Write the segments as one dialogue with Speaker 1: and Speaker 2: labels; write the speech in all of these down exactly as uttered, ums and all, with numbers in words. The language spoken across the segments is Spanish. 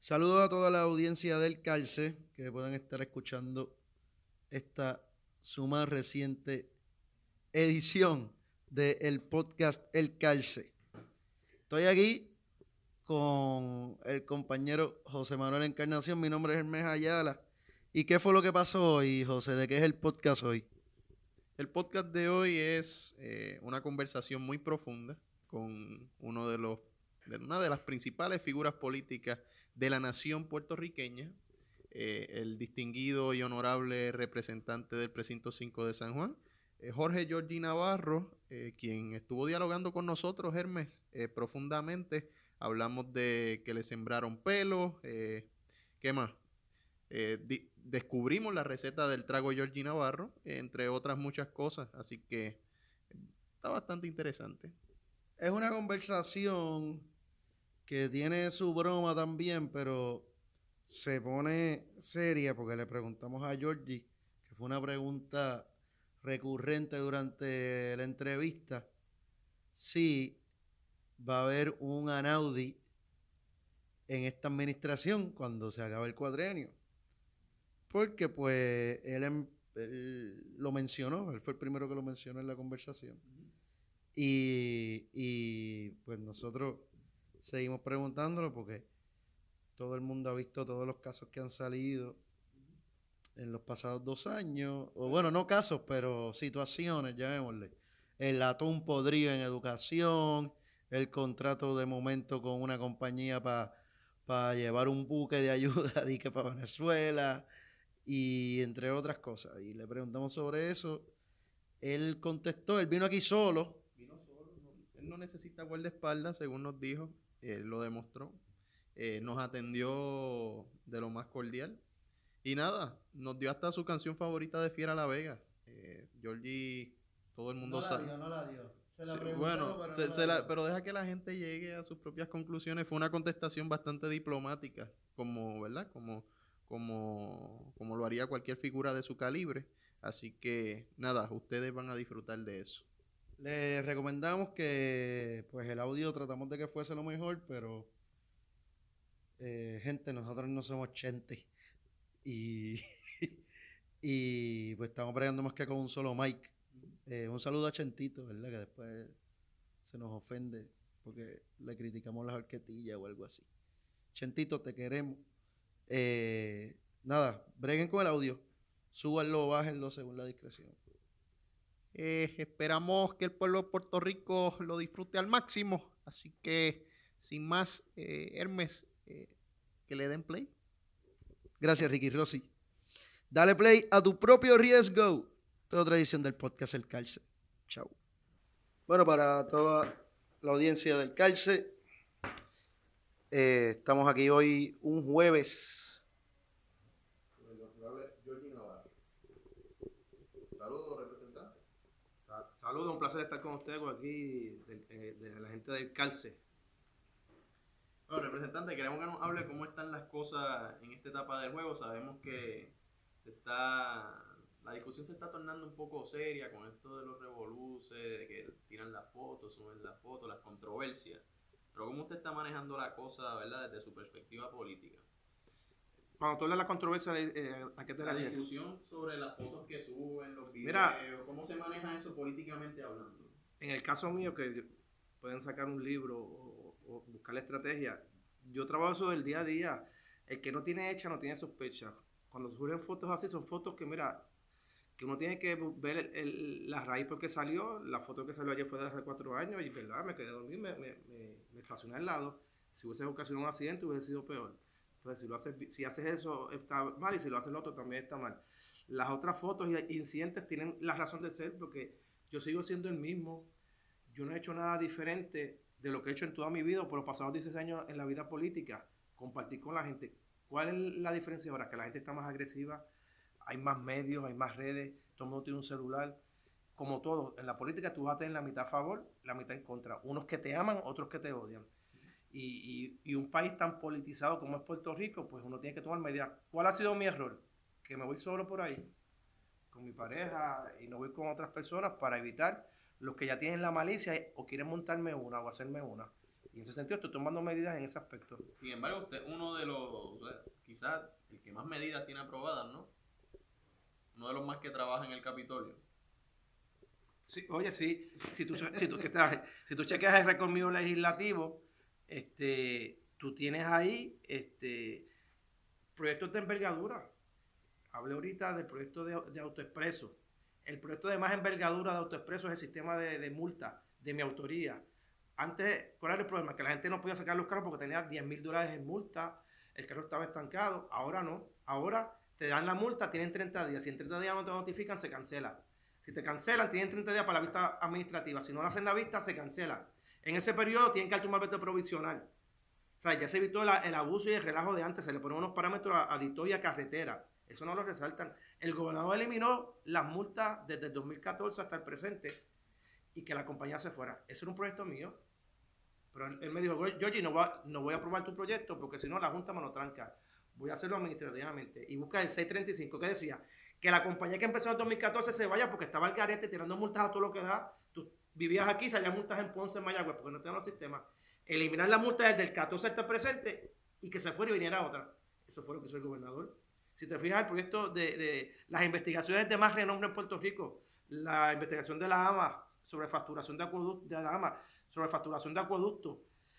Speaker 1: Saludos a toda la audiencia del Calce que puedan estar escuchando esta su más reciente edición del podcast El Calce. Estoy aquí con el compañero José Manuel Encarnación. Mi nombre es Hermes Ayala. ¿Y qué fue lo que pasó hoy, José? ¿De qué es el podcast hoy?
Speaker 2: El podcast de hoy es eh, una conversación muy profunda con uno de los, de una de las principales figuras políticas de la nación puertorriqueña, eh, el distinguido y honorable representante del precinto cinco de San Juan, eh, Jorge Giorgi Navarro, eh, quien estuvo dialogando con nosotros, Hermes, eh, profundamente. Hablamos de que le sembraron pelo, eh, ¿qué más? Eh, di- descubrimos la receta del trago Georgie Navarro, entre otras muchas cosas, así que eh, está bastante interesante.
Speaker 1: Es una conversación que tiene su broma también, pero se pone seria porque le preguntamos a Georgie, que fue una pregunta recurrente durante la entrevista, si va a haber un Anaudi en esta administración cuando se acabe el cuadrenio. Porque pues él, em- él lo mencionó, él fue el primero que lo mencionó en la conversación. Y, y pues nosotros seguimos preguntándolo porque todo el mundo ha visto todos los casos que han salido en los pasados dos años, o bueno, no casos, pero situaciones, llamémosle. El atún podrido en educación, el contrato de momento con una compañía para pa llevar un buque de ayuda de que para Venezuela, y entre otras cosas. Y le preguntamos sobre eso. Él contestó, él vino aquí solo.
Speaker 2: Vino solo, no- él no necesita guardaespaldas, según nos dijo, él lo demostró. Eh, nos atendió de lo más cordial. Y nada, nos dio hasta su canción favorita de Fiera La Vega. Eh, Georgie, todo el mundo
Speaker 1: No la
Speaker 2: sabe.
Speaker 1: dio, no la dio. Se la
Speaker 2: Sí,
Speaker 1: preguntamos,
Speaker 2: bueno,
Speaker 1: pero
Speaker 2: se-
Speaker 1: no la
Speaker 2: se la-
Speaker 1: dio.
Speaker 2: pero deja que la gente llegue a sus propias conclusiones. Fue una contestación bastante diplomática, como, ¿verdad? Como, como, como lo haría cualquier figura de su calibre. Así que, nada, ustedes van a disfrutar de eso.
Speaker 1: Le recomendamos que pues el audio tratamos de que fuese lo mejor, pero eh, gente, nosotros no somos chente. Y, y pues estamos bregando más que con un solo mic. Eh, un saludo a Chentito, ¿verdad? Que después se nos ofende porque le criticamos las horquetillas o algo así. Chentito, te queremos. Eh, nada, breguen con el audio. Súbanlo o bájenlo según la discreción.
Speaker 2: Eh, esperamos que el pueblo de Puerto Rico lo disfrute al máximo. Así que, sin más, eh, Hermes, eh, que le den play.
Speaker 1: Gracias, Ricky Rossi. Dale play a tu propio riesgo. Esta es otra edición del podcast El Calce. Chao. Bueno, para toda la audiencia del Calce, eh, estamos aquí hoy un jueves.
Speaker 2: Saludos, representante.
Speaker 3: Saludos, un placer estar con ustedes aquí, de, de, de la gente del Calce.
Speaker 2: Bueno, representante, queremos que nos hable cómo están las cosas en esta etapa del juego. Sabemos que se está, la discusión se está tornando un poco seria con esto de los revoluces, de que tiran las fotos, suben las fotos, las controversias. Pero ¿cómo usted está manejando la cosa, verdad, desde su perspectiva política?
Speaker 3: Cuando tú hablas de la controversia, eh, ¿a qué te
Speaker 2: La
Speaker 3: refieres?
Speaker 2: discusión sobre las fotos que suben, los videos,
Speaker 3: Mira,
Speaker 2: ¿cómo se maneja eso políticamente hablando?
Speaker 3: En el caso mío, que pueden sacar un libro o, o buscar la estrategia, yo trabajo eso del día a día. El que no tiene hecha no tiene sospecha. Cuando surgen fotos así, son fotos que, mira, que uno tiene que ver el, el, la raíz por qué salió. La foto que salió ayer fue de hace cuatro años y, verdad, me quedé dormido, me, me, me, me estacioné al lado. Si hubiese ocasionado un accidente, hubiese sido peor. Entonces, si, lo haces, si haces eso, está mal, y si lo haces el otro, también está mal. Las otras fotos y incidentes tienen la razón de ser porque yo sigo siendo el mismo. Yo no he hecho nada diferente de lo que he hecho en toda mi vida por los pasados dieciséis años en la vida política. Compartir con la gente. ¿Cuál es la diferencia ahora? Que la gente está más agresiva, hay más medios, hay más redes, todo el mundo tiene un celular. Como todo, en la política tú vas a tener la mitad a favor, la mitad en contra. Unos que te aman, otros que te odian. Y, y, y un país tan politizado como es Puerto Rico, pues uno tiene que tomar medidas. ¿Cuál ha sido mi error? Que me voy solo por ahí, con mi pareja, y no voy con otras personas para evitar los que ya tienen la malicia o quieren montarme una o hacerme una. Y en ese sentido estoy tomando medidas en ese aspecto.
Speaker 2: Sin embargo, usted es uno de los, quizás el que más medidas tiene aprobadas, ¿no? Uno de los más que trabaja en el Capitolio.
Speaker 3: Sí, oye, sí, si tú, si tú, que estás, si tú chequeas el récord mío legislativo, este, tú tienes ahí este, proyectos de envergadura. Hablé ahorita del proyecto de, de AutoExpreso. El proyecto de más envergadura de AutoExpreso es el sistema de, de multa de mi autoría. Antes, ¿cuál era el problema? Que la gente no podía sacar los carros porque tenía diez mil dólares en multa, el carro estaba estancado. Ahora no. Ahora te dan la multa, tienen treinta días. Si en treinta días no te notifican, se cancela. Si te cancelan, tienen treinta días para la vista administrativa. Si no lo hacen la vista, se cancela. En ese periodo tienen que dar un malvete provisional. O sea, ya se evitó la, el abuso y el relajo de antes. Se le ponen unos parámetros a, a dictó y a carretera. Eso no lo resaltan. El gobernador eliminó las multas desde el dos mil catorce hasta el presente y que la compañía se fuera. Ese era un proyecto mío. Pero él, él me dijo, Georgie, no, va, no voy a aprobar tu proyecto porque si no la Junta me lo tranca. Voy a hacerlo administrativamente. Y busca el seiscientos treinta y cinco que decía que la compañía que empezó en el dos mil catorce se vaya porque estaba el garete tirando multas a todo lo que da. Tú vivías aquí, salían multas en Ponce, en Mayagüez, porque no tenían los sistemas. Eliminar la multa desde el catorce hasta el presente y que se fuera y viniera otra. Eso fue lo que hizo el gobernador. Si te fijas, el proyecto de, de las investigaciones de más renombre en Puerto Rico, la investigación de la A M A sobre facturación de acueducto, de la A M A, sobre facturación de acueducto,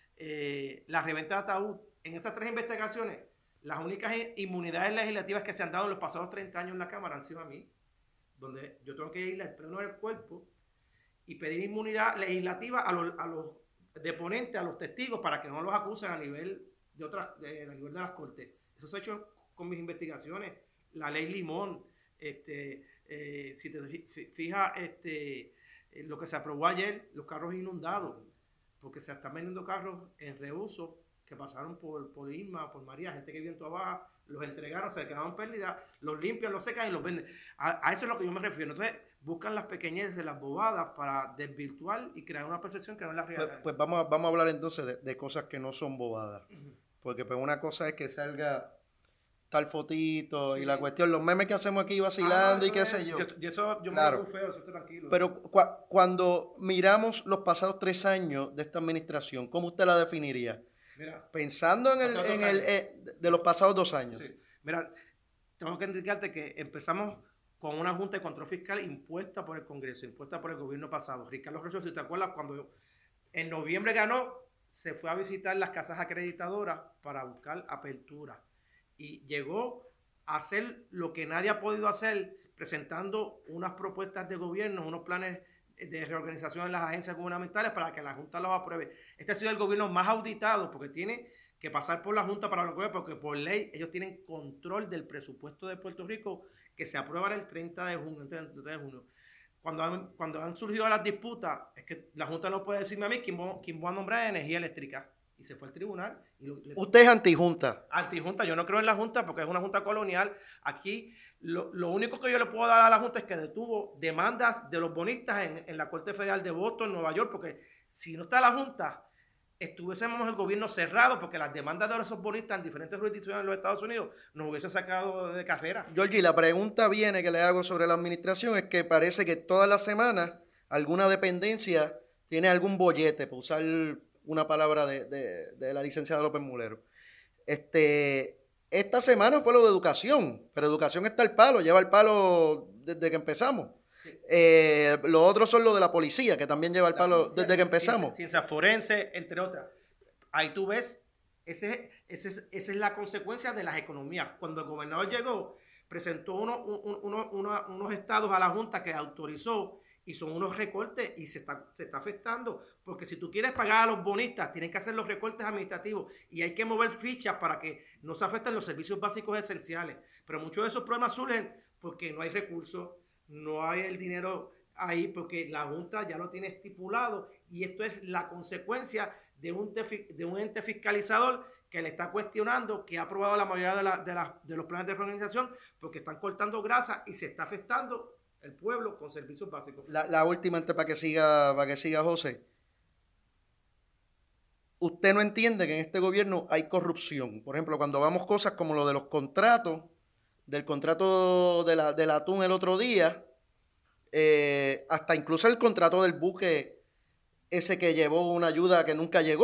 Speaker 3: eh, la reventa de ataúd, en esas tres investigaciones, las únicas inmunidades legislativas que se han dado en los pasados treinta años en la Cámara han sido a mí, donde yo tengo que ir al pleno del cuerpo y pedir inmunidad legislativa a los, a los deponentes, a los testigos, para que no los acusen a nivel de, otras, de, a nivel de las cortes. Eso se ha hecho con mis investigaciones. La ley Limón, este, eh, si te fijas, este, lo que se aprobó ayer, los carros inundados, porque se están vendiendo carros en reuso que pasaron por, por Irma, por María, gente que vive en Toa Baja, los entregaron, se quedaron pérdidas, los limpian, los secan y los venden. A, a eso es lo que yo me refiero. Entonces, buscan las pequeñeces de las bobadas para desvirtuar y crear una percepción que no es la realidad.
Speaker 1: Pues, pues vamos, a, vamos a hablar entonces de, de cosas que no son bobadas. Porque pues una cosa es que salga tal fotito sí. y la cuestión, los memes que hacemos aquí vacilando ah, y qué es, sé yo.
Speaker 3: Y eso yo
Speaker 1: claro.
Speaker 3: me lo feo, eso estoy tranquilo.
Speaker 1: Pero cu cuando miramos los pasados tres años de esta administración, ¿cómo usted la definiría?
Speaker 3: Mira,
Speaker 1: pensando en el, en el eh, de los pasados dos años.
Speaker 3: Sí. Mira, tengo que indicarte que empezamos con una Junta de Control Fiscal impuesta por el Congreso, impuesta por el gobierno pasado. Ricardo Rosselló, si te acuerdas, cuando en noviembre ganó, se fue a visitar las casas acreditadoras para buscar apertura. Y llegó a hacer lo que nadie ha podido hacer, presentando unas propuestas de gobierno, unos planes de reorganización en las agencias gubernamentales para que la Junta los apruebe. Este ha sido el gobierno más auditado porque tiene que pasar por la Junta para lo que porque por ley ellos tienen control del presupuesto de Puerto Rico que se aprueba el treinta de junio. treinta de junio. Cuando han, cuando han surgido las disputas, es que la Junta no puede decirme a mí quién voy, quién voy a nombrar energía eléctrica. Y se fue al tribunal. Y lo,
Speaker 1: ¿Usted es antijunta?
Speaker 3: Antijunta. Yo no creo en la Junta porque es una Junta colonial. Aquí lo, lo único que yo le puedo dar a la Junta es que detuvo demandas de los bonistas en, en la Corte Federal de Boston, Nueva York, porque si no está la Junta, estuviésemos el gobierno cerrado porque las demandas de esos bonistas en diferentes jurisdicciones de los Estados Unidos nos hubiesen sacado de carrera.
Speaker 1: Georgie, la pregunta viene que le hago sobre la administración es que parece que todas las semanas alguna dependencia tiene algún bollete, para usar una palabra de, de, de la licenciada López Mulero. Este, esta semana fue lo de educación, pero educación está al palo, lleva el palo desde que empezamos. Sí. Eh, los otros son lo de la policía, que también lleva el palo policía, desde que empezamos.
Speaker 3: Ciencia, ciencia forense, entre otras. Ahí tú ves, ese, ese, esa es la consecuencia de las economías. Cuando el gobernador llegó, presentó uno, uno, uno, uno, unos estados a la Junta que autorizó y son unos recortes y se está, se está afectando, porque si tú quieres pagar a los bonistas, tienen que hacer los recortes administrativos y hay que mover fichas para que no se afecten los servicios básicos esenciales. Pero muchos de esos problemas surgen porque no hay recursos, no hay el dinero ahí, porque la Junta ya lo tiene estipulado y esto es la consecuencia de un, de un ente fiscalizador que le está cuestionando, que ha aprobado la mayoría de, la, de, la, de los planes de organización, porque están cortando grasa y se está afectando el pueblo con servicios básicos.
Speaker 1: La, la última antes para que siga, para que siga José. Usted no entiende que en este gobierno hay corrupción. Por ejemplo, cuando vamos cosas como lo de los contratos, del contrato de la, del atún el otro día, eh, hasta incluso el contrato del buque ese que llevó una ayuda que nunca llegó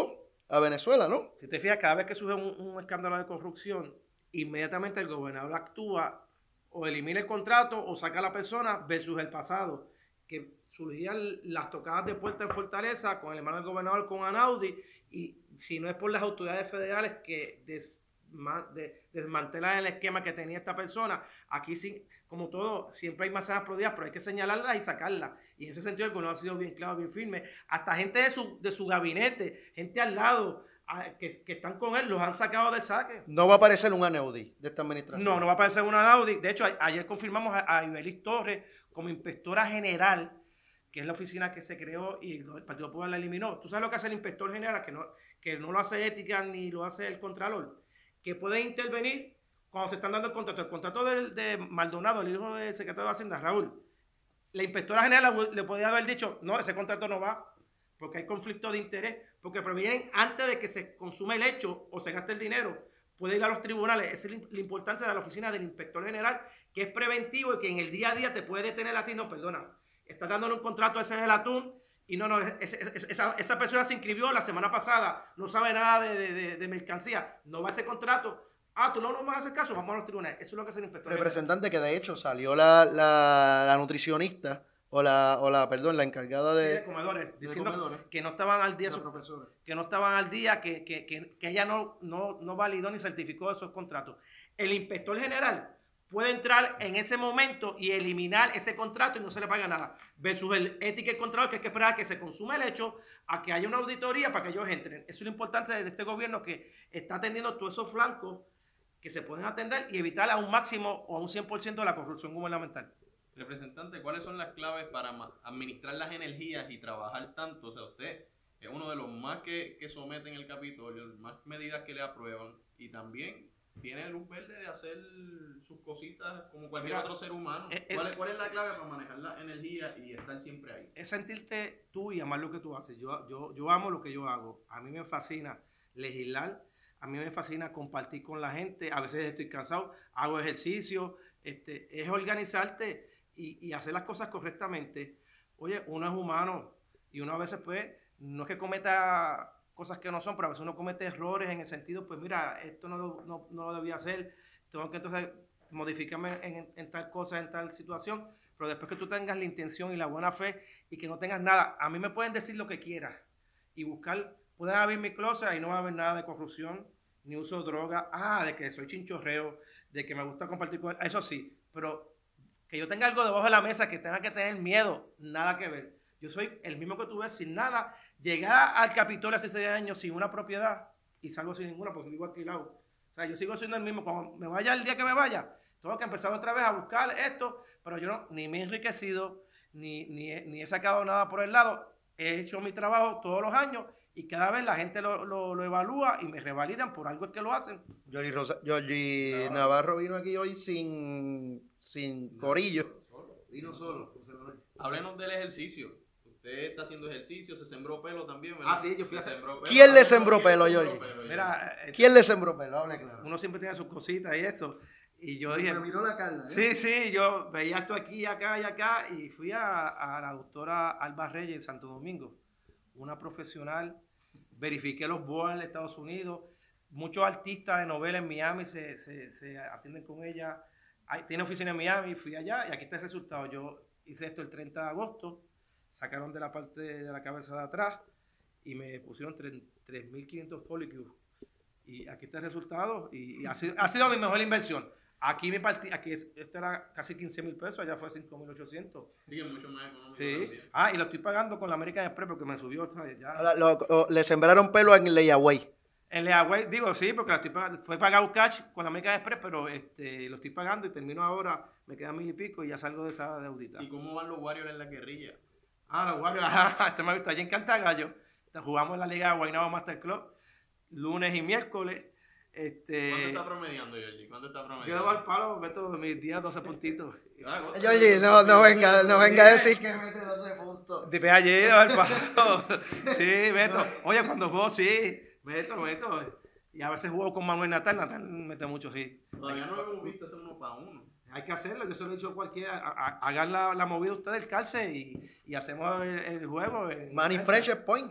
Speaker 1: a Venezuela, ¿no?
Speaker 3: Si te fijas, cada vez que surge un, un escándalo de corrupción, inmediatamente el gobernador actúa o elimina el contrato o saca a la persona versus el pasado, que surgían las tocadas de puerta en Fortaleza con el hermano del gobernador, con Anaudi, y si no es por las autoridades federales que des, de, desmantelan el esquema que tenía esta persona, aquí sí, como todo, siempre hay manzanas podridas, pero hay que señalarlas y sacarlas. Y en ese sentido el gobernador ha sido bien claro, bien firme. Hasta gente de su, de su gabinete, gente al lado, Que, que están con él, los han sacado del saque.
Speaker 1: No va a aparecer un Anaudi de esta administración.
Speaker 3: No, no va a aparecer una Anaudi. De hecho, a, ayer confirmamos a, a Ibelis Torres como inspectora general, que es la oficina que se creó y el Partido Popular la eliminó. ¿Tú sabes lo que hace el inspector general? Que no, que no lo hace ética ni lo hace el contralor. Que puede intervenir cuando se están dando el contrato. El contrato de, de Maldonado, el hijo del secretario de Hacienda, Raúl. La inspectora general le podía haber dicho, no, ese contrato no va, porque hay conflicto de interés, porque previenen antes de que se consume el hecho o se gaste el dinero, puede ir a los tribunales. Esa es la importancia de la oficina del inspector general, que es preventivo y que en el día a día te puede detener a ti. No, perdona, estás dándole un contrato a ese del atún y no, no, es, es, es, esa, esa persona se inscribió la semana pasada, no sabe nada de, de, de, de mercancía, no va a ese contrato. Ah, tú no nos vas a hacer caso, vamos a los tribunales. Eso es lo que hace el inspector
Speaker 1: representante general. Que de hecho salió la, la, la nutricionista o la, o la, perdón, la encargada de,
Speaker 3: sí, de comedores,
Speaker 1: de
Speaker 3: diciendo
Speaker 1: comedores,
Speaker 3: que no estaban al día,
Speaker 1: su,
Speaker 3: que no estaban al día, que, que, que, que ella no, no, no validó ni certificó esos contratos. El inspector general puede entrar en ese momento y eliminar ese contrato y no se le paga nada, versus el ética y control, que hay que esperar a que se consuma el hecho, a que haya una auditoría para que ellos entren. Eso es lo importante de este gobierno, que está atendiendo todos esos flancos que se pueden atender y evitar a un máximo o a un cien por ciento de la corrupción gubernamental.
Speaker 2: Representante, ¿cuáles son las claves para administrar las energías y trabajar tanto? O sea, usted es uno de los más que, que someten el Capitolio, más medidas que le aprueban, y también tiene luz verde de hacer sus cositas como cualquier Mira, otro ser humano. Eh, ¿Cuál, es, ¿Cuál es la clave para manejar la energía y estar siempre ahí?
Speaker 3: Es sentirte tú y amar lo que tú haces. Yo, yo, yo amo lo que yo hago. A mí me fascina legislar. A mí me fascina compartir con la gente. A veces estoy cansado, hago ejercicio. Este, es organizarte y, y hacer las cosas correctamente. Oye, uno es humano y uno a veces, pues, no es que cometa cosas que no son, pero a veces uno comete errores en el sentido, pues mira, esto no lo, no, no lo debía hacer, tengo que entonces modificarme en, en tal cosa, en tal situación, pero después que tú tengas la intención y la buena fe y que no tengas nada, a mí me pueden decir lo que quieras y buscar. Pueden abrir mi closet y no va a haber nada de corrupción, ni uso de droga, ah, de que soy chinchorreo, de que me gusta compartir con él, eso sí, pero que yo tenga algo debajo de la mesa, que tenga que tener miedo, nada que ver. Yo soy el mismo que tú ves, sin nada. Llegué al Capitolio hace seis años sin una propiedad y salgo sin ninguna porque vivo alquilado. O sea, yo sigo siendo el mismo. Cuando me vaya el día que me vaya, tengo que empezar otra vez a buscar esto, pero yo no, ni me he enriquecido, ni, ni, he, ni he sacado nada por el lado. He hecho mi trabajo todos los años y cada vez la gente lo, lo, lo evalúa y me revalidan por algo es que lo hacen.
Speaker 1: Jordi, Rosa, Jordi Navarro. Navarro vino aquí hoy sin, sin corillo.
Speaker 2: Solo, vino solo. Háblenos del ejercicio. Usted está haciendo ejercicio, se sembró pelo también, ¿verdad?
Speaker 3: Ah, sí, yo fui a
Speaker 2: se sembró pelo.
Speaker 1: ¿Quién le sembró pelo, Jordi?
Speaker 3: Mira,
Speaker 1: ¿quién le sembró pelo? Hable claro.
Speaker 3: Uno siempre tiene sus cositas y esto. Y yo
Speaker 1: me
Speaker 3: dije...
Speaker 1: Me miró la carne, ¿eh?
Speaker 3: Sí, sí, yo veía esto aquí, acá y acá y fui a, a la doctora Alba Reyes en Santo Domingo, una profesional, verifiqué los boards en Estados Unidos, muchos artistas de novela en Miami se, se, se atienden con ella, Hay, tiene oficina en Miami, fui allá y aquí está el resultado. Yo hice esto el treinta de agosto, sacaron de la parte de la cabeza de atrás y me pusieron tres mil quinientos folículos y aquí está el resultado y, y ha, sido, ha sido mi mejor inversión. Aquí mi partida, aquí esto era casi quince mil pesos, allá fue cinco mil ochocientos.
Speaker 2: Sí, es mucho más económico.
Speaker 3: Sí. Ah, y lo estoy pagando con la American Express porque me subió. ¿Sabes? Ya.
Speaker 1: La, lo, lo, le sembraron pelo en Layaway.
Speaker 3: En Layaway, digo, sí, porque la estoy pagando. Fue pagado cash con la American Express, pero este, lo estoy pagando y termino ahora, me quedan mil y pico y ya salgo de esa deudita.
Speaker 2: ¿Y cómo van los Warriors en la guerrilla?
Speaker 3: Ah, los Warriors, este me ha visto allí en Cantagallo. Jugamos en la Liga de Guaynabo Master Club, lunes y miércoles. Este,
Speaker 2: ¿Cuánto está promediando, Jordi? ¿Cuánto está promediando?
Speaker 3: Yo debo al palo, meto mis días doce puntitos.
Speaker 1: Jordi, no, no venga, no venga a decir que mete doce puntos.
Speaker 3: De allí, al palo. Sí, meto. Oye, cuando juego, sí, meto, meto. Y a veces juego con Manuel Natal, Natal mete mucho, sí.
Speaker 2: Todavía no hemos visto ese uno para uno.
Speaker 3: Hay que hacerlo, yo se lo he dicho a cualquiera. Hagan la, la movida ustedes del calce y, y hacemos el, el juego.
Speaker 1: Manny Fresh es point guard.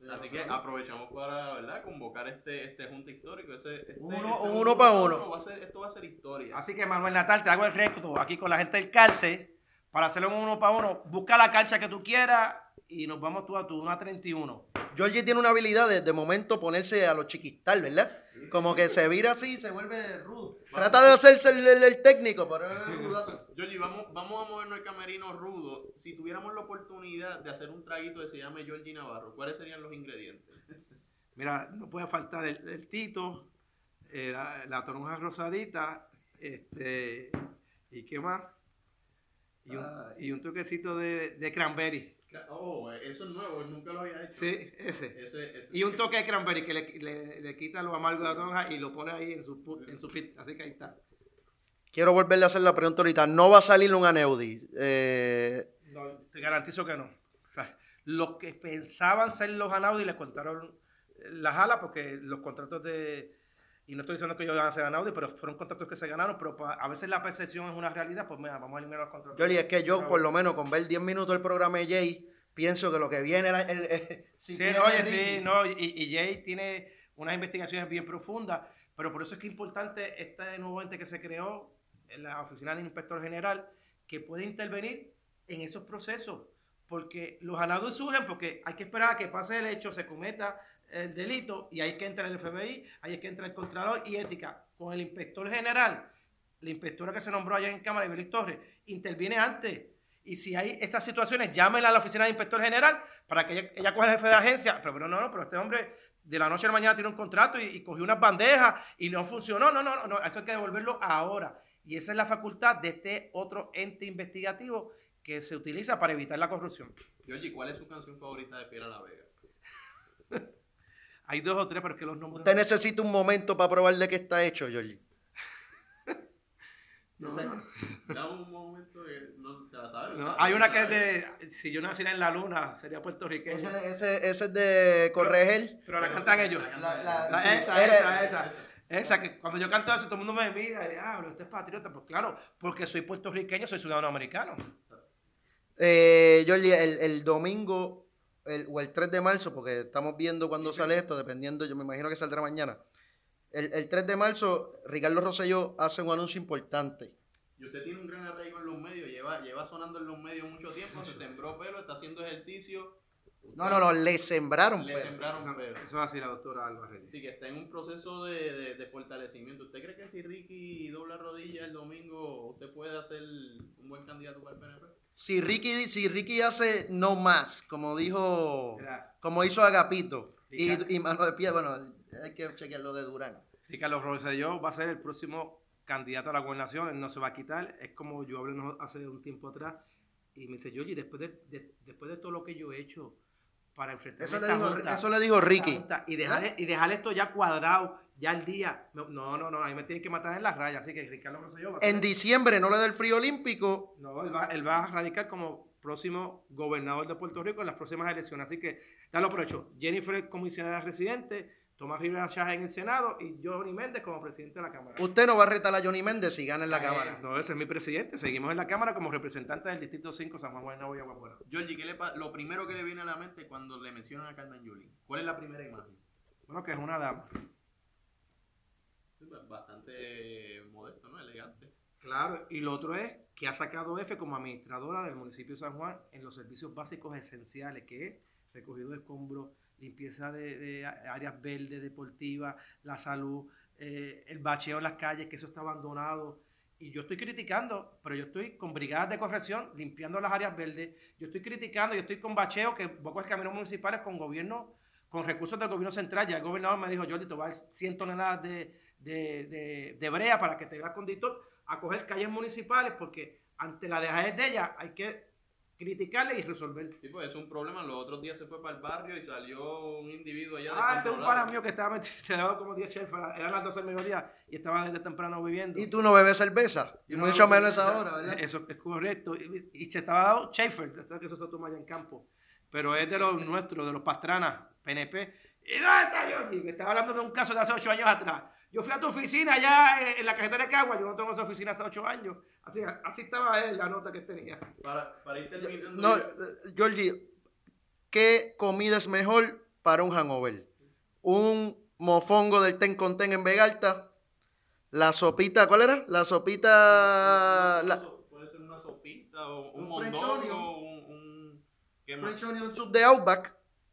Speaker 2: Así que aprovechamos para, ¿verdad?, convocar este, este junta histórico. Ese, este,
Speaker 1: Uno-
Speaker 2: este
Speaker 1: un uno pa' uno.
Speaker 2: uno va a ser- esto va a ser historia.
Speaker 3: Así que Manuel Natal, te hago el reto aquí con la gente del cárcel para hacerlo un uno para uno. Busca la cancha que tú quieras y nos vamos tú a tu uno a treinta y uno.
Speaker 1: Georgie tiene una habilidad de, de momento ponerse a los chiquistal, ¿verdad? Como que se vira así y se vuelve rudo. Trata de hacerse el, el- el técnico, pero es rudazo.
Speaker 2: Georgie, vamos, vamos a movernos al camerino rudo. Si tuviéramos la oportunidad de hacer un traguito que se llame Georgie Navarro, ¿cuáles serían los ingredientes?
Speaker 3: Mira, no puede faltar el, el tito, eh, la, la toronja rosadita, este, ¿y qué más? Y un,
Speaker 1: Ay.
Speaker 3: y un toquecito de, de cranberry.
Speaker 2: Oh, eso es nuevo, nunca lo había hecho.
Speaker 3: Sí, ese.
Speaker 2: Ese, ese
Speaker 3: Y un toque de cranberry que le, le, le quita lo amargo de la toronja y lo pone ahí en su, pu- en su pit. Así que ahí está.
Speaker 1: Quiero volverle a hacer la pregunta ahorita. No va a salir un Aneudi. Eh,
Speaker 3: No, te garantizo que no. O sea, los que pensaban ser los Anaudi les contaron la jala porque los contratos de... Y no estoy diciendo que ellos van a ser Anaudi, pero fueron contratos que se ganaron, pero pa- a veces la percepción es una realidad, pues mira, vamos a eliminar los contratos.
Speaker 1: Georgie, es que yo, por lo menos, con ver diez minutos del programa de Jay, pienso que lo que viene... El, el- el- si
Speaker 3: Sí,
Speaker 1: viene
Speaker 3: oye,
Speaker 1: Ricky-
Speaker 3: sí, no, y, y Jay tiene unas investigaciones bien profundas, pero por eso es que es importante este nuevo ente que se creó en la oficina del inspector general, que puede intervenir en esos procesos, porque los Anaudi surgen porque hay que esperar a que pase el hecho, se cometa el delito, y ahí es que entra el F B I, ahí es que entra el Contralor y Ética. Con el inspector general, la inspectora que se nombró allá en Cámara, Ibelis Torres, interviene antes. Y si hay estas situaciones, llámenla a la oficina del inspector general para que ella, ella coja el jefe de agencia. Pero, pero no, no, pero este hombre de la noche a la mañana tiene un contrato y, y cogió unas bandejas y no funcionó. No, no, no, no, esto hay que devolverlo ahora. Y esa es la facultad de este otro ente investigativo que se utiliza para evitar la corrupción.
Speaker 2: Georgie, ¿cuál es su canción favorita de Fiera La Vega?
Speaker 3: Hay dos o tres, pero es que los nombres...
Speaker 1: Usted necesita un momento para probar de qué está hecho, Georgie.
Speaker 3: No,
Speaker 2: Ese-
Speaker 3: no.
Speaker 2: Dame un momento, que no se la sabe.
Speaker 3: No, hay una que es de... Si yo naciera en la luna, sería puertorriqueño.
Speaker 1: Ese, ese, ese es de Correger.
Speaker 3: Pero la cantan ellos.
Speaker 1: La- la-
Speaker 3: La-
Speaker 1: sí,
Speaker 3: esa,
Speaker 1: eres-
Speaker 3: esa, esa. Esa que cuando yo canto eso, todo el mundo me mira y dice, ah, usted es patriota. Pues claro, porque soy puertorriqueño, soy ciudadano americano.
Speaker 1: Eh, Georgie, el, el domingo el, o el tres de marzo, porque estamos viendo cuándo sale esto, dependiendo, yo me imagino que saldrá mañana. El, el tres de marzo, Ricardo Rosselló hace un anuncio importante.
Speaker 2: Y usted tiene un gran arraigo en los medios, lleva, lleva sonando en los medios mucho tiempo, se sembró pelo, está haciendo ejercicio.
Speaker 1: No, no, no, le sembraron.
Speaker 2: Le
Speaker 1: pues.
Speaker 2: sembraron pelo.
Speaker 3: Eso es así, la doctora Álvarez.
Speaker 2: Así que está en un proceso de, de, de fortalecimiento. ¿Usted cree que si Ricky dobla rodilla el domingo, usted puede hacer un buen candidato para el P N P?
Speaker 1: Si Ricky, si Ricky hace no más, como dijo,
Speaker 3: Mira,
Speaker 1: como hizo Agapito, y,
Speaker 3: Ricardo.
Speaker 1: y mano de pie, bueno, hay que chequear lo de Durán.
Speaker 3: Ricardo Rosselló va a ser el próximo candidato a la gobernación, él no se va a quitar. Es como yo hablé no- hace un tiempo atrás y me dice, Yoyi, después de, de- después de todo lo que yo he hecho para enfrentar
Speaker 1: Eso le
Speaker 3: esta
Speaker 1: dijo,
Speaker 3: junta,
Speaker 1: eso le dijo Ricky.
Speaker 3: junta, y dejar, y dejar esto ya cuadrado, ya al día. No, no, no, no, ahí me tienen que matar en las rayas. Así que Ricardo Rosselló va a ser-
Speaker 1: En diciembre no le da el frío olímpico.
Speaker 3: No, él va, él va a radicar como próximo gobernador de Puerto Rico en las próximas elecciones. Así que, dalo por hecho. Jennifer como comisionada residente, Tomás Rivera Chávez en el Senado y Johnny Méndez como presidente de la Cámara.
Speaker 1: Usted no va a retar a Johnny Méndez si gana en la
Speaker 3: Eh,
Speaker 1: Cámara.
Speaker 3: No, ese es mi presidente. Seguimos en la Cámara como representante del Distrito cinco, San Juan, Guaynabo y Aguabuena.
Speaker 2: Georgie, ¿qué le pa- lo primero que le viene a la mente cuando le mencionan a Carmen Yulín? ¿Cuál es la primera imagen?
Speaker 3: Bueno, que es una dama.
Speaker 2: Bastante modesto, ¿no? Elegante.
Speaker 3: Claro, y lo otro es que ha sacado F como administradora del municipio de San Juan en los servicios básicos esenciales, que es recogido de escombros, limpieza de, de áreas verdes, deportivas, la salud, eh, el bacheo en las calles, que eso está abandonado. Y yo estoy criticando, pero yo estoy con brigadas de corrección limpiando las áreas verdes. Yo estoy criticando, yo estoy con bacheo, que voy a coger caminos municipales con gobierno, con recursos del gobierno central. Ya el gobernador me dijo, Jordi, te voy a dar cien toneladas de, de, de, de brea para que te veas conductor a coger calles municipales, porque ante la dejadez de ella hay que criticarle y resolver.
Speaker 2: Sí, pues es un problema. Los otros días se fue para el barrio y salió un individuo allá.
Speaker 3: Ah, ese es un
Speaker 2: descontrolado.
Speaker 3: pana mío que estaba metido, se daba como diez chefs, eran las doce del mediodía y estaba desde temprano viviendo.
Speaker 1: Y tú no bebes cerveza. Y
Speaker 3: Yo
Speaker 1: mucho
Speaker 3: no,
Speaker 1: menos
Speaker 3: o
Speaker 1: esa
Speaker 3: sea,
Speaker 1: hora, ¿verdad?
Speaker 3: Eso es correcto. Y, y se estaba dando Schaefer, que eso se toma allá en campo. Pero es de los nuestros, de los Pastrana, P N P. ¿Y dónde está Jordi? Me estaba hablando de un caso de hace ocho años atrás. Yo fui a tu oficina allá en la cajeta de Cagua, yo no tengo esa oficina hace ocho años. Así, así estaba él, la nota que tenía.
Speaker 2: Para, para ir terminando.
Speaker 1: No, eh, Georgie, ¿qué comida es mejor para un hangover? Un mofongo del ten con ten en Vega Alta, la sopita, ¿cuál era? La sopita... La,
Speaker 2: puede ser una sopita o un,
Speaker 1: un
Speaker 2: mondongo, un, un ¿qué más?
Speaker 1: French onion soup de Outback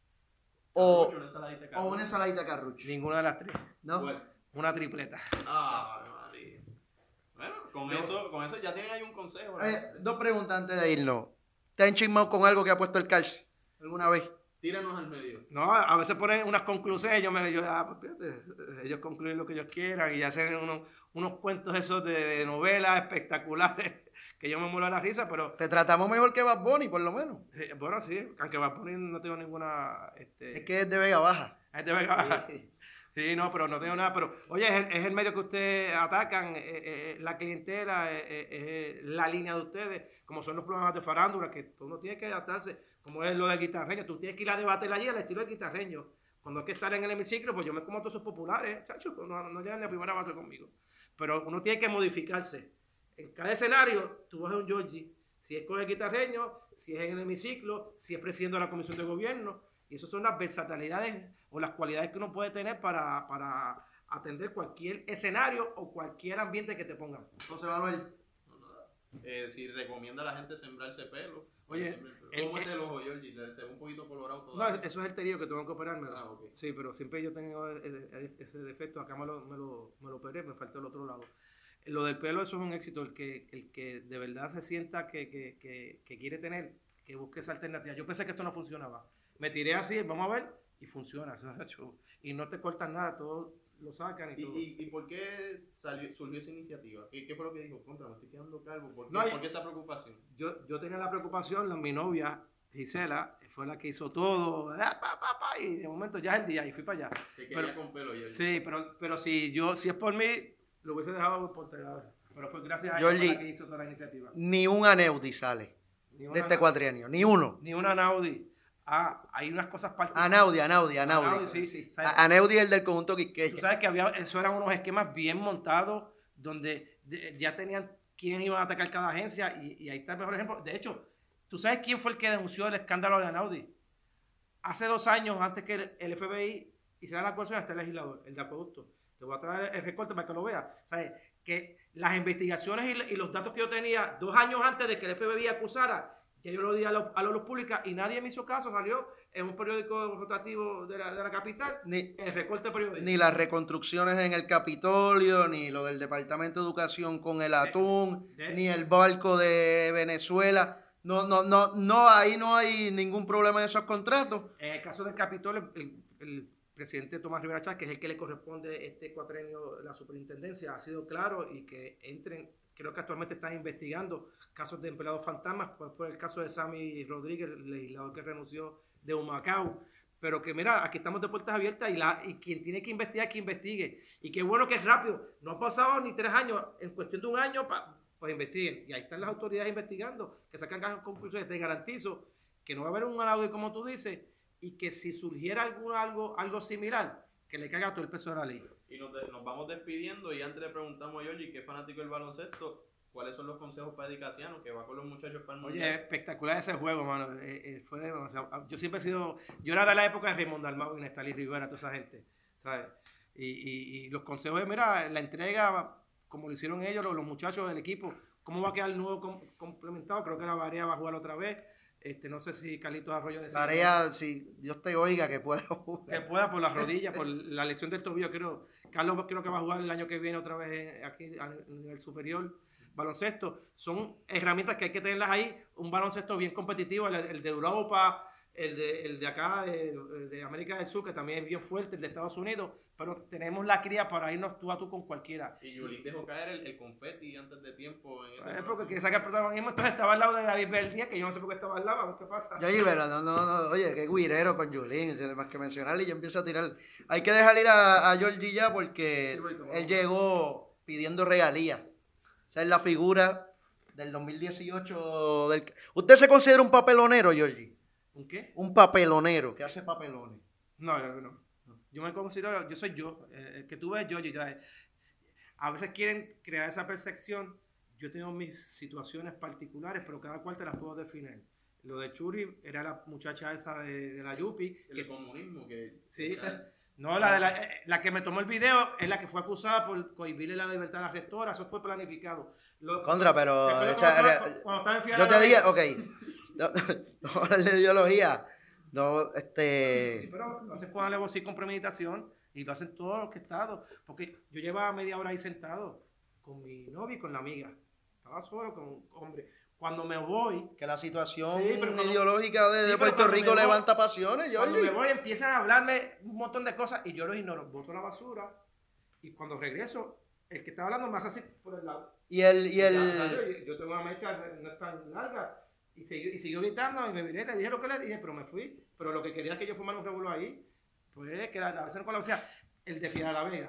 Speaker 1: o,
Speaker 2: Carrucho, una ensaladita de
Speaker 1: o
Speaker 2: carrucho.
Speaker 1: una ensaladita carrucho.
Speaker 3: Ninguna de las tres.
Speaker 1: ¿No?
Speaker 2: Bueno.
Speaker 3: Una tripleta.
Speaker 2: Ah, María. Bueno, con
Speaker 1: Yo-
Speaker 2: eso, con eso ya tienen ahí un consejo. ¿no?
Speaker 1: Eh, dos preguntas antes de irnos. ¿Te han chismado con algo que ha puesto el calce alguna vez?
Speaker 2: Tíranos al medio.
Speaker 3: No, a veces ponen unas conclusiones, yo me yo, ah, pues, fíjate, ellos concluyen lo que ellos quieran y hacen unos, unos cuentos esos de, de novelas espectaculares que yo me muero de la risa, pero
Speaker 1: Te tratamos mejor que Bad Bunny, por lo menos.
Speaker 3: eh, bueno, sí, aunque Bad Bunny no tengo ninguna... Este,
Speaker 1: Es que es de Vega Baja.
Speaker 3: es de Vega. Sí, no, pero no tengo nada, pero oye, es el, es el medio que ustedes atacan, eh, eh, la clientela, eh, eh, eh, la línea de ustedes, como son los programas de farándula, que uno tiene que adaptarse, como es lo del guitarreño, tú tienes que ir a debatir allí al estilo del guitarreño. Cuando hay que estar en el hemiciclo, pues yo me como a todos esos populares, chacho, no, no llegan ni a primera base conmigo. Pero uno tiene que modificarse. En cada escenario, tú vas a un Georgie, si es con el guitarreño, si es en el hemiciclo, si es presidiendo la comisión de gobierno, y esas son las versatilidades o las cualidades que uno puede tener para, para atender cualquier escenario o cualquier ambiente que te pongan.
Speaker 1: José Manuel.
Speaker 2: No, nada. Eh, si recomienda a la gente sembrarse pelo.
Speaker 3: Oye,
Speaker 2: siempre el pelo.
Speaker 3: el-
Speaker 2: ¿Cómo es del ojo, Georgie? Se ve un poquito colorado
Speaker 3: No,
Speaker 2: todavía.
Speaker 3: eso es el terío que tengo que operarme.
Speaker 2: Ah, ok.
Speaker 3: Sí, pero siempre yo tengo ese, ese defecto. Acá me lo, me, lo, me lo operé, me falta el otro lado. Lo del pelo, eso es un éxito. El que, el que de verdad se sienta que, que, que, que quiere tener, que busque esa alternativa. Yo pensé que esto no funcionaba. Me tiré así, vamos a ver, y funciona. Y no te cortan nada, todo lo sacan y,
Speaker 2: ¿Y,
Speaker 3: todo.
Speaker 2: y, y por qué salió, surgió esa iniciativa? ¿Qué, ¿Qué fue lo que dijo? Contra, me estoy quedando calvo. ¿Por qué,
Speaker 3: No, y-
Speaker 2: ¿por qué esa preocupación?
Speaker 3: Yo, yo tenía la preocupación, la, mi novia, Gisela, fue la que hizo todo, ah, pa, pa, pa, y de momento ya es el día, y fui para allá.
Speaker 2: Que quería
Speaker 3: Pero-
Speaker 2: con pelo, Georgie.
Speaker 3: Sí, pero, pero si yo, si es por mí, lo hubiese dejado por teléfono. Pero fue gracias a ella
Speaker 1: Georgie.
Speaker 3: por la que hizo toda la iniciativa.
Speaker 1: Ni un Aneudi sale
Speaker 3: Ni
Speaker 1: de
Speaker 3: una,
Speaker 1: este cuatrienio. Ni uno.
Speaker 3: ni una Naudi. Ah, hay unas cosas particulares.
Speaker 1: Anaudi, Anaudi, Anaudi.
Speaker 3: Anaudi, sí. ¿Sabes?
Speaker 1: A- Aneudi es el del conjunto
Speaker 3: Tú
Speaker 1: Quisqueya.
Speaker 3: sabes que había, eso eran unos esquemas bien montados, donde de- ya tenían quién iba a atacar cada agencia, y, y ahí está el mejor ejemplo. De hecho, ¿tú sabes quién fue el que denunció el escándalo de Anaudi? Hace dos años, antes que el, el F B I hiciera la acusación, hasta el legislador, el de acueducto. Te voy a traer el recorte para que lo veas. ¿Sabes? Que las investigaciones y, y los datos que yo tenía dos años antes de que el F B I acusara, ya yo lo di a, lo, a la luz pública y nadie me hizo caso. Salió en un periódico rotativo de la, de la capital,
Speaker 1: Ni,
Speaker 3: el recorte periodístico.
Speaker 1: ni las reconstrucciones en el Capitolio, ni lo del Departamento de Educación con el atún,
Speaker 3: de-
Speaker 1: ni el barco de Venezuela. No, no, no, no, ahí no hay ningún problema en esos contratos.
Speaker 3: En el caso del Capitolio, el, el presidente Tomás Rivera Chávez, que es el que le corresponde este cuatrenio la superintendencia, ha sido claro y que entren, creo que actualmente están investigando casos de empleados fantasmas, por, por el caso de Sammy Rodríguez, el legislador que renunció de Humacao. Pero que mira, aquí estamos de puertas abiertas y, la, y quien tiene que investigar, que investigue. Y qué bueno que es rápido. No han pasado ni tres años, en cuestión de un año, pa, pues investiguen. Y ahí están las autoridades investigando, que sacan conclusiones. Te garantizo que no va a haber un audio como tú dices, y que si surgiera algún, algo, algo similar, que le caiga todo el peso de la ley.
Speaker 2: Y nos, de- nos vamos despidiendo y antes le preguntamos a Georgie, que es fanático del baloncesto, ¿cuáles son los consejos para Eddie Casiano, que va con los muchachos para el
Speaker 3: Oye,
Speaker 2: mundial?
Speaker 3: espectacular ese juego, mano. Eh, eh, fue demasiado- Yo siempre he sido, yo era de la época de Raymond Dalmau y Nestalí Rivera, toda esa gente, ¿sabes? Y, y, y los consejos de, mira, la entrega, como lo hicieron ellos, los, los muchachos del equipo, ¿cómo va a quedar el nuevo com- complementado? Creo que la Varea va a jugar otra vez. Este, no sé si Carlitos Arroyo decía
Speaker 1: Tarea, si Dios te oiga, que pueda
Speaker 3: que
Speaker 1: jugar.
Speaker 3: pueda por las rodillas, por la lesión del tobillo, creo. Carlos creo que va a jugar el año que viene otra vez en- aquí a nivel superior. Baloncesto, son herramientas que hay que tenerlas ahí. Un baloncesto bien competitivo, el, el de Europa, el de, el de acá, de, de América del Sur, que también es bien fuerte, el de Estados Unidos, pero tenemos la cría para irnos tú a tú con cualquiera.
Speaker 2: Y Yulín dejó caer el, el confeti antes de tiempo. En ese
Speaker 3: Es
Speaker 2: juego.
Speaker 3: porque quiere sacar protagonismo, entonces estaba al lado de David Berdía, que yo no sé por qué estaba al lado, a ver qué pasa.
Speaker 1: Yo, pero no, no, no, oye, qué guirero con Yulín, tiene más que mencionarle y yo empiezo a tirar. Hay que dejar ir a, a Georgie ya porque
Speaker 3: Sí, bonito,
Speaker 1: él
Speaker 3: vamos.
Speaker 1: llegó pidiendo regalías. Esa es la figura del dos mil dieciocho. Del... ¿Usted se considera un papelonero, Georgie?
Speaker 3: ¿Un qué?
Speaker 1: Un papelonero que hace papelones.
Speaker 3: No, yo no. Yo me considero, yo soy yo. Eh, el que tú ves yo, yo ya- a veces quieren crear esa percepción. Yo tengo mis situaciones particulares, pero cada cual te las puedo definir. Lo de Churi era la muchacha esa de, de la Yupi.
Speaker 2: El
Speaker 3: que,
Speaker 2: comunismo que...
Speaker 3: sí, no, la, de la, eh, la que me tomó el video es la que fue acusada por cohibirle la libertad a la rectora. Eso fue planificado. Lo,
Speaker 1: Contra, pero...
Speaker 3: cuando,
Speaker 1: o sea,
Speaker 3: cuando, cuando estaba en Fiala
Speaker 1: yo te
Speaker 3: la
Speaker 1: dije,
Speaker 3: Vega,
Speaker 1: ok, no, no hablar de ideología, no, este...
Speaker 3: Sí, pero no se puede algo así con premeditación y lo hacen todos los que estados. Porque yo llevaba media hora ahí sentado con mi novia y con la amiga. Estaba solo con un hombre. Cuando me voy,
Speaker 1: Que la situación
Speaker 3: Sí, pero cuando-
Speaker 1: ideológica de,
Speaker 3: Sí,
Speaker 1: de
Speaker 3: pero
Speaker 1: Puerto
Speaker 3: cuando
Speaker 1: Rico
Speaker 3: me voy-
Speaker 1: levanta pasiones,
Speaker 3: cuando
Speaker 1: Georgie.
Speaker 3: me voy empiezan a hablarme un montón de cosas y yo los ignoro. Boto la basura y cuando regreso, el que está hablando me hace así por el lado.
Speaker 1: Y el, y
Speaker 3: Ya,
Speaker 1: el,
Speaker 3: yo, yo tengo una mecha, no es tan larga. Y siguió, y siguió gritando y me viré, le dije lo que le dije, pero me fui. Pero lo que quería es que yo fumara un revuelo ahí, pues que la, la vez no conocía, el de Fiala la Vega,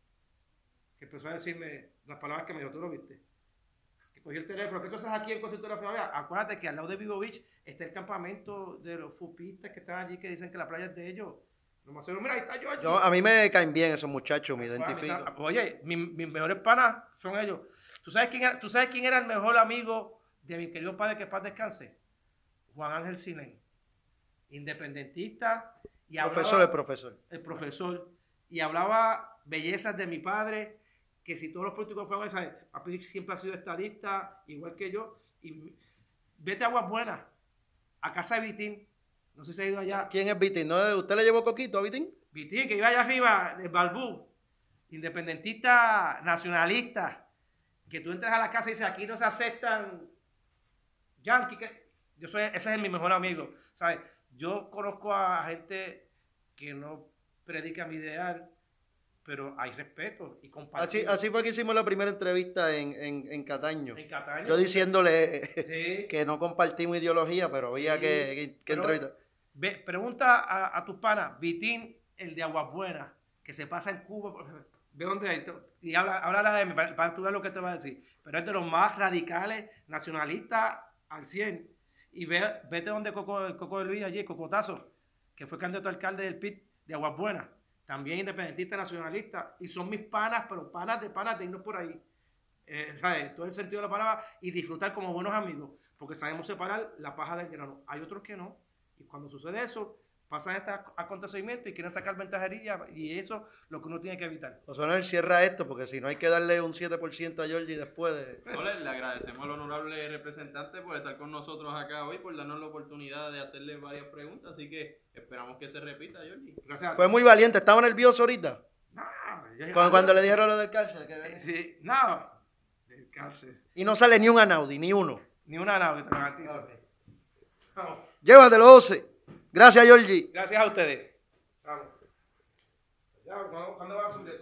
Speaker 3: que empezó a decirme las palabras que me dijo, tú lo viste. Que cogí el teléfono, ¿qué tú haces aquí en Consultora Fiala la Vega? Acuérdate que al lado de Vivo Beach está el campamento de los fupistas que están allí, que dicen que la playa es de ellos. No me mira, ahí está Georgie.
Speaker 1: yo, a mí me caen bien esos muchachos, me
Speaker 3: Bueno,
Speaker 1: identifico.
Speaker 3: mi- Oye, mi- mis mejores panas son ellos. ¿Tú sabes, quién era, ¿Tú sabes quién era el mejor amigo de mi querido padre que paz descanse? Juan Ángel Sinén. Independentista. Y
Speaker 1: Profesor,
Speaker 3: hablaba-
Speaker 1: el profesor.
Speaker 3: el profesor. Y hablaba bellezas de mi padre, que si todos los políticos fueran, ¿sabes? Papi siempre ha sido estadista, igual que yo. Y vete a Aguas Buenas, a casa de Vitín. No sé si ha ido allá.
Speaker 1: ¿Quién es Vitín? ¿No, ¿Usted le llevó coquito a Vitín?
Speaker 3: Vitín, que iba allá arriba, de Balbú, independentista, nacionalista, que tú entras a la casa y dices, aquí no se aceptan yanquis, que yo soy, ese es mi mejor amigo, ¿sabes? Yo conozco a gente que no predica mi ideal, pero hay respeto y
Speaker 1: Así,
Speaker 3: compartir.
Speaker 1: así fue que hicimos la primera entrevista en, en, en Cataño.
Speaker 3: En Cataño.
Speaker 1: Yo diciéndole
Speaker 3: Sí.
Speaker 1: que no compartimos ideología, pero había
Speaker 3: Sí,
Speaker 1: que, que, que
Speaker 3: pero-
Speaker 1: entrevistar.
Speaker 3: Ve, pregunta a, a tus panas, Vitín, el de Aguas Buenas, que se pasa en Cuba, por- ve dónde hay, y habla, habla de mí, para, para tú ver lo que te va a decir, pero es de los más radicales, nacionalistas al cien, y ve, vete donde Coco, el Coco de Luis allí, Cocotazo, que fue candidato a alcalde del P I T de Aguas Buenas, también independentista, nacionalista, y son mis panas, pero panas de panas de irnos por ahí, eh, ¿sabes? Todo el sentido de la palabra, y disfrutar como buenos amigos, porque sabemos separar la paja del grano, hay otros que no. Y cuando sucede eso, pasan estos acontecimientos y quieren sacar ventajería y eso es lo que uno tiene que evitar.
Speaker 1: José Manuel, cierra esto, porque si no hay que darle un siete por ciento a Georgie después de...
Speaker 2: No, le, le agradecemos al honorable representante por estar con nosotros acá hoy, por darnos la oportunidad de hacerle varias preguntas, así que esperamos que se repita, Georgie.
Speaker 3: Gracias a
Speaker 1: Fue
Speaker 3: ti.
Speaker 1: muy valiente, estaba nervioso ahorita.
Speaker 3: No, yo-
Speaker 1: Cuando, cuando le dijeron lo del cárcel. que-
Speaker 3: Eh, Sí, no, del cáncer.
Speaker 1: Y no sale ni un Anaudi, ni uno.
Speaker 3: Ni una nave, te lo garantizo. Vamos.
Speaker 1: Llévatelo, José. Gracias, Georgie.
Speaker 3: Gracias a ustedes. Vamos. Ya, ¿cuándo, ¿cuándo vas a subir eso?